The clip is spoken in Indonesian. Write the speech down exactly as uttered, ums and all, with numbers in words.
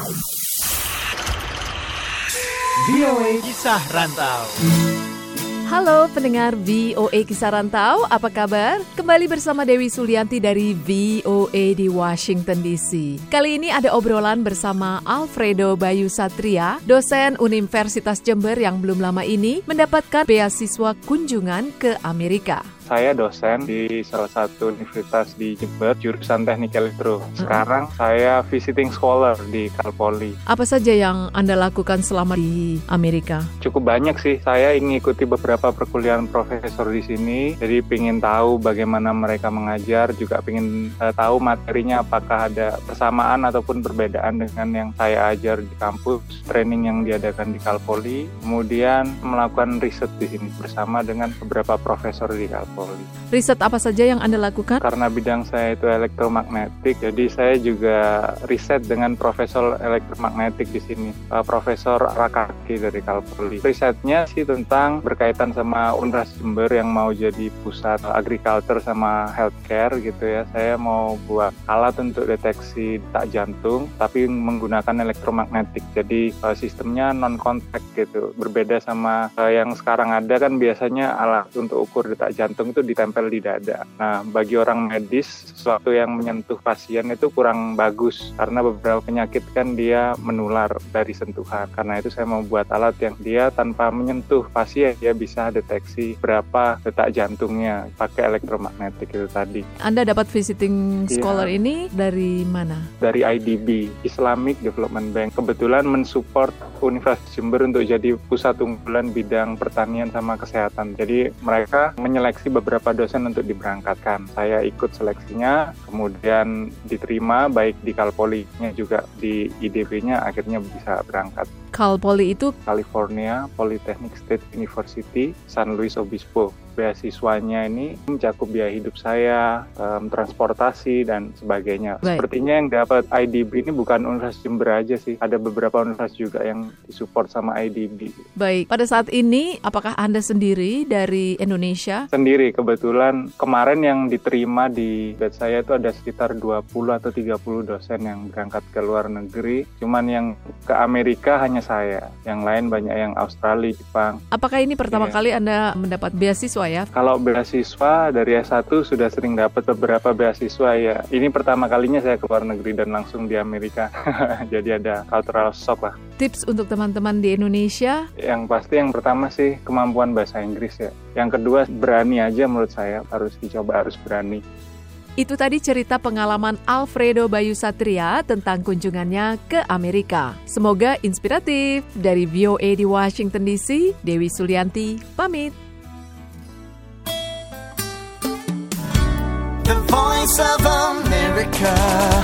V O A Kisah Rantau. Halo pendengar V O A Kisah Rantau, apa kabar? Kembali bersama Dewi Sulianti dari V O A di Washington D C. Kali ini ada obrolan bersama Alfredo Bayu Satria, dosen Universitas Jember yang belum lama ini mendapatkan beasiswa kunjungan ke Amerika. Saya dosen di salah satu universitas di Jember, jurusan Teknik Elektro. Sekarang hmm. saya visiting scholar di Cal Poly. Apa saja yang Anda lakukan selama di Amerika? Cukup banyak sih. Saya ingin ikuti beberapa perkuliahan profesor di sini. Jadi ingin tahu bagaimana mereka mengajar, juga ingin uh, tahu materinya apakah ada persamaan ataupun perbedaan dengan yang saya ajar di kampus, training yang diadakan di Cal Poly. Kemudian melakukan riset di sini bersama dengan beberapa profesor di Cal Poly. Riset apa saja yang Anda lakukan? Karena bidang saya itu elektromagnetik, jadi saya juga riset dengan profesor elektromagnetik di sini, uh, Profesor Rakaki dari Cal Poly. Risetnya sih tentang berkaitan sama Universitas Jember yang mau jadi pusat agriculture sama healthcare gitu ya. Saya mau buat alat untuk deteksi detak jantung, tapi menggunakan elektromagnetik. Jadi uh, sistemnya non-contact gitu, berbeda sama uh, yang sekarang ada kan biasanya alat untuk ukur detak jantung itu ditempel di dada. Nah, bagi orang medis, sesuatu yang menyentuh pasien itu kurang bagus karena beberapa penyakit kan dia menular dari sentuhan. Karena itu saya mau buat alat yang dia tanpa menyentuh pasien, dia bisa deteksi berapa detak jantungnya pakai elektromagnetik itu tadi. Anda dapat visiting scholar ya. Ini dari mana? Dari I D B, Islamic Development Bank. Kebetulan mensupport Universitas Jember untuk jadi pusat unggulan bidang pertanian sama kesehatan. Jadi mereka menyeleksi beberapa dosen untuk diberangkatkan. Saya ikut seleksinya, kemudian diterima baik di Cal Poly-nya juga di I D B-nya, akhirnya bisa berangkat. Cal Poly itu? California Polytechnic State University, San Luis Obispo. Beasiswanya ini mencakup biaya hidup saya, um, transportasi, dan sebagainya. Baik. Sepertinya yang dapat I D B ini bukan Universitas Jember aja sih. Ada beberapa universitas juga yang disupport sama I D B. Baik, pada saat ini apakah Anda sendiri dari Indonesia? Sendiri, kebetulan kemarin yang diterima di batch saya itu ada sekitar dua puluh atau tiga puluh dosen yang berangkat ke luar negeri. Cuman yang ke Amerika hanya saya. Yang lain banyak yang Australia, Jepang. Apakah ini pertama yeah. kali Anda mendapat beasiswa ya? Kalau beasiswa dari S satu sudah sering dapat beberapa beasiswa ya. Ini pertama kalinya saya ke luar negeri dan langsung di Amerika. Jadi ada cultural shock lah. Tips untuk teman-teman di Indonesia? Yang pasti yang pertama sih kemampuan bahasa Inggris ya. Yang kedua berani aja menurut saya. Harus dicoba, harus berani. Itu tadi cerita pengalaman Alfredo Bayu Satria tentang kunjungannya ke Amerika. Semoga inspiratif. Dari V O A di Washington D C, Dewi Sulianti pamit. The Voice of America.